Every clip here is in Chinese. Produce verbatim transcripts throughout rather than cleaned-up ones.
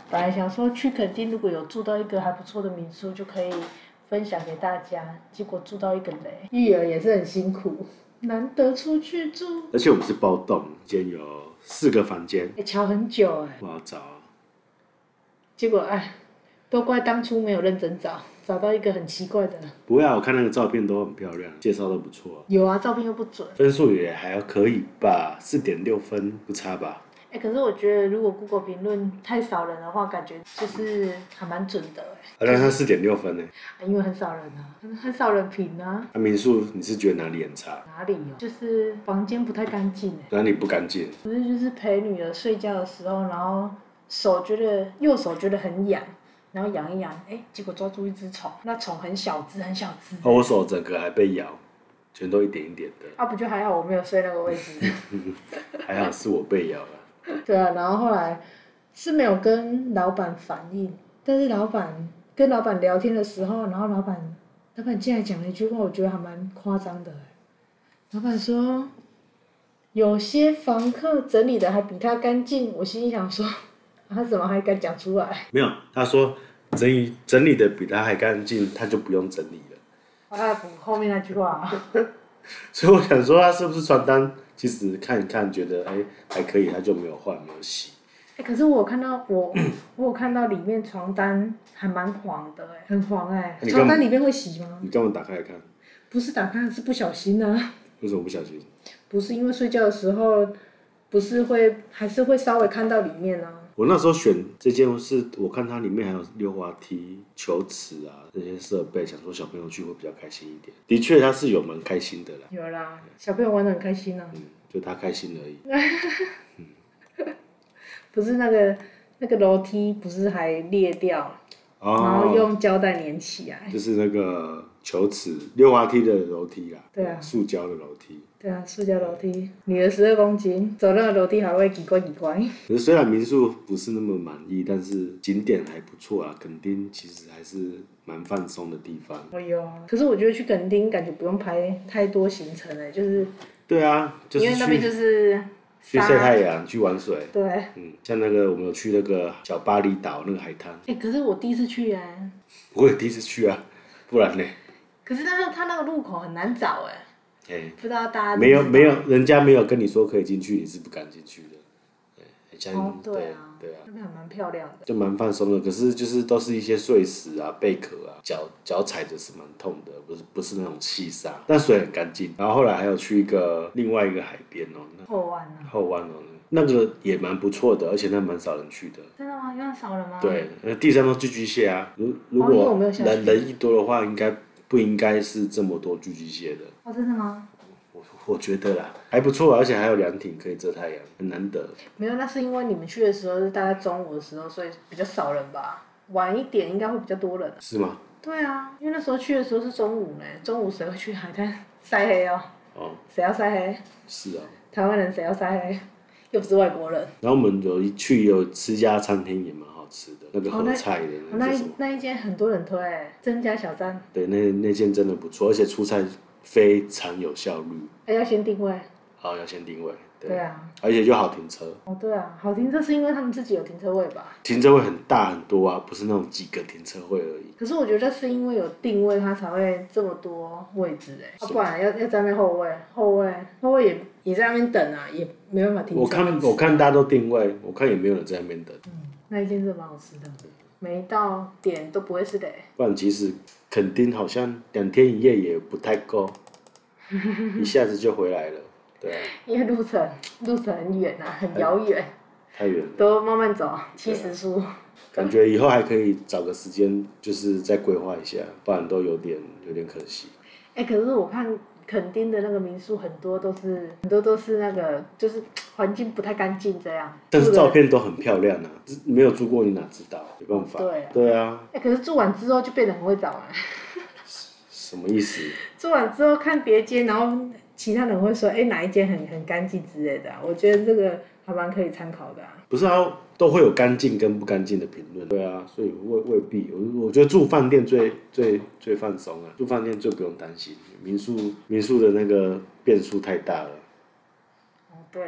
本来想说去垦丁如果有住到一个还不错的民宿就可以分享给大家，结果住到一个雷，育儿也是很辛苦，难得出去住。 而且我们是包栋，一间有四个房间， 欸，瞧很久哎， 不好找啊。 结果哎，都怪当初没有认真找，找到一个很奇怪的。 不会啊，我看那个照片都很漂亮，介绍都不错啊。 有啊，照片又不准。 分数也还可以吧，四点六分不差吧。 哎、欸，可是我觉得如果 Google 评论太少人的话，感觉就是还蛮准的哎。 好像他四点六分呢， 因为很少人啊，很少人评啊。 那、啊、民宿你是觉得哪里很差？ 哪里哦？就是房间不太干净哎。 哪里不干净？ 不是，就是陪女儿睡觉的时候，然后手觉得右手觉得很痒，然后痒一痒，哎、欸，结果抓住一只虫，那虫很小只，很小只。 哦，我手整个还被咬，全都一点一点的。 啊，不就还好我没有睡那个位置。 还好是我被咬了。 对啊，然后后来是没有跟老板反映，但是老板跟老板聊天的时候，然后老板老板竟然讲了一句话，我觉得还蛮夸张的。老板说，有些房客整理的还比他干净，我心里想说，他怎么还敢讲出来？ 没有，他说整理整理的比他还干净，他就不用整理了。 我还补后面那句话、啊。 所以我想说，他是不是传单？其实看一看，觉得哎、欸、还可以，他就没有换，没有洗。 哎、欸，可是我看到我我有看到里面床单还蛮黄的哎、欸，很黄哎、欸。床单里面会洗吗？ 你干嘛打开来看？ 不是打开，是不小心啊。 为什么不小心？ 不是因为睡觉的时候，不是会还是会稍微看到里面啊。 我那时候选这间是，我看它里面还有溜滑梯、球池啊这些设备，想说小朋友去会比较开心一点。的确，他是有蛮开心的啦。 有啦，小朋友玩得很开心啊。 嗯，就他开心而已。 嗯、不是那个那个楼梯不是还裂掉，哦、然后用胶带粘起来。 就是那个球池、溜滑梯的楼梯啦。 对啊。 塑胶的楼梯。对啊，塑胶楼梯，女儿十二公斤，走那个楼梯还会奇怪奇怪。 可是虽然民宿不是那么满意，但是景点还不错啊。垦丁其实还是蛮放松的地方。 哦有啊，可是我觉得去垦丁感觉不用排太多行程诶，就是。 对啊，就是因为那边就是去晒太阳、去玩水。 对。 嗯，像那个我们有去那个小巴厘岛那个海滩。 哎、欸，可是我第一次去哎。 我也第一次去啊，不然呢？ 可是他他那个入口很难找哎。 欸、 不知道大家没有没有，人家没有跟你说可以进去，你是不敢进去的。 欸哦、对啊， 对啊， 那边还蛮漂亮的， 就蛮放松的。可是就是都是一些碎石啊、贝壳啊，脚脚踩着是蛮痛的，不是不是那种细沙，但水很干净。然后后来还有去一个另外一个海边哦、喔， 后湾啊， 后湾哦、喔，那个也蛮不错的，而且那蛮少人去的。 真的吗？有点少人吗？ 对，地上都寄居蟹啊，如如果人、哦、人一多的话，应该不应该是这么多寄居蟹的？ 哦，真的吗？ 我觉得啦，还不错，而且还有凉亭可以遮太阳，很难得。 没有，那是因为你们去的时候是大概中午的时候，所以比较少人吧。晚一点应该会比较多人。 是吗？ 对啊，因为那时候去的时候是中午呢，中午谁会去海滩晒黑哦？哦。谁要晒黑？ 是啊。 台湾人谁要晒黑？又不是外国人。 然后我们有一去有吃一家餐厅也蛮好吃的，那个合菜的那个、哦、那那一间很多人推，曾家小站。 对，那那间真的不错，而且出菜非常有效率。 还要先定位。 哦，要先定位。对, 对啊。 而且就好停车。 哦，对啊，好停车是因为他们自己有停车位吧？ 停车位很大很多啊，不是那种几个停车位而已。 可是我觉得是因为有定位，它才会这么多位置哎、欸，啊、不然要要在那边后位，后位后位也也在那边等啊，也没办法停车。 我看我看大家都定位，我看也没有人在那边等。 嗯，那一间真的蛮好吃的，每一道点都不会是雷。 不然其实垦丁好像两天一夜也不太够。一下子就回来了，对啊。 因为路程路程很远啊，很遥远。 太远了。 都慢慢走，七十出。 感觉以后还可以找个时间，就是再规划一下，不然都有点有点可惜。 哎、欸，可是我看垦丁的那个民宿很多都是很多都是那个就是环境不太干净这样。 但是照片都很漂亮啊，没有住过你哪知道？没办法。 对啊。 对啊。 哎、欸，可是住完之后就变得很会找啊。 什么意思？ 做完之后看别间，然后其他人会说，哎、欸，哪一间很很干净之类的、啊，我觉得这个还蛮可以参考的、啊。 不是啊，都会有干净跟不干净的评论。对啊，所以未未必，我我觉得住饭店最最最放松啊，住饭店最不用担心，民宿民宿的那个变数太大了。 哦，对啦，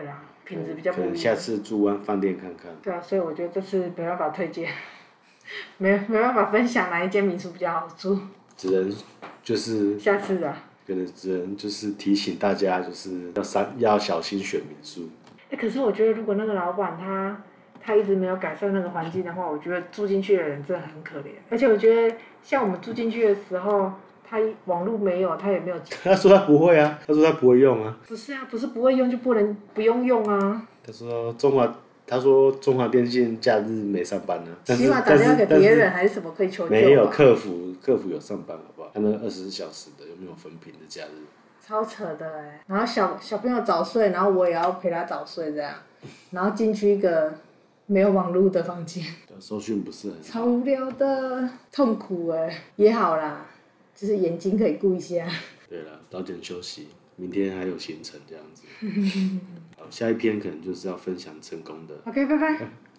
品质比较不一样。 可能下次住完饭店看看。 对啊，所以我觉得这次没办法推荐，没没办法分享哪一间民宿比较好住。 只能就是下次啊。 可能只能就是提醒大家，就是要三要小心选民宿。 哎、欸，可是我觉得如果那个老板他他一直没有改善那个环境的话，我觉得住进去的人真的很可怜。而且我觉得像我们住进去的时候，他网络没有，他也没有。 他说他不会啊，他说他不会用啊。 不是啊，不是不会用就不能不用用啊。 他说中华。他说中华电信假日没上班呢、啊， 起码打电话给别人还是什么可以求救、啊。 没有客服，客服有上班好不好？他那个二十四小时的有没有分屏的假日？ 超扯的哎、欸！然后小小朋友早睡，然后我也要陪他早睡这样，然后进去一个没有网络的房间。 收讯不是很好。 超无聊的，痛苦哎、欸，也好啦，就是眼睛可以顾一下。 对了，早点休息，明天还有行程这样子。好，下一篇可能就是要分享成功的。 OK， 拜拜。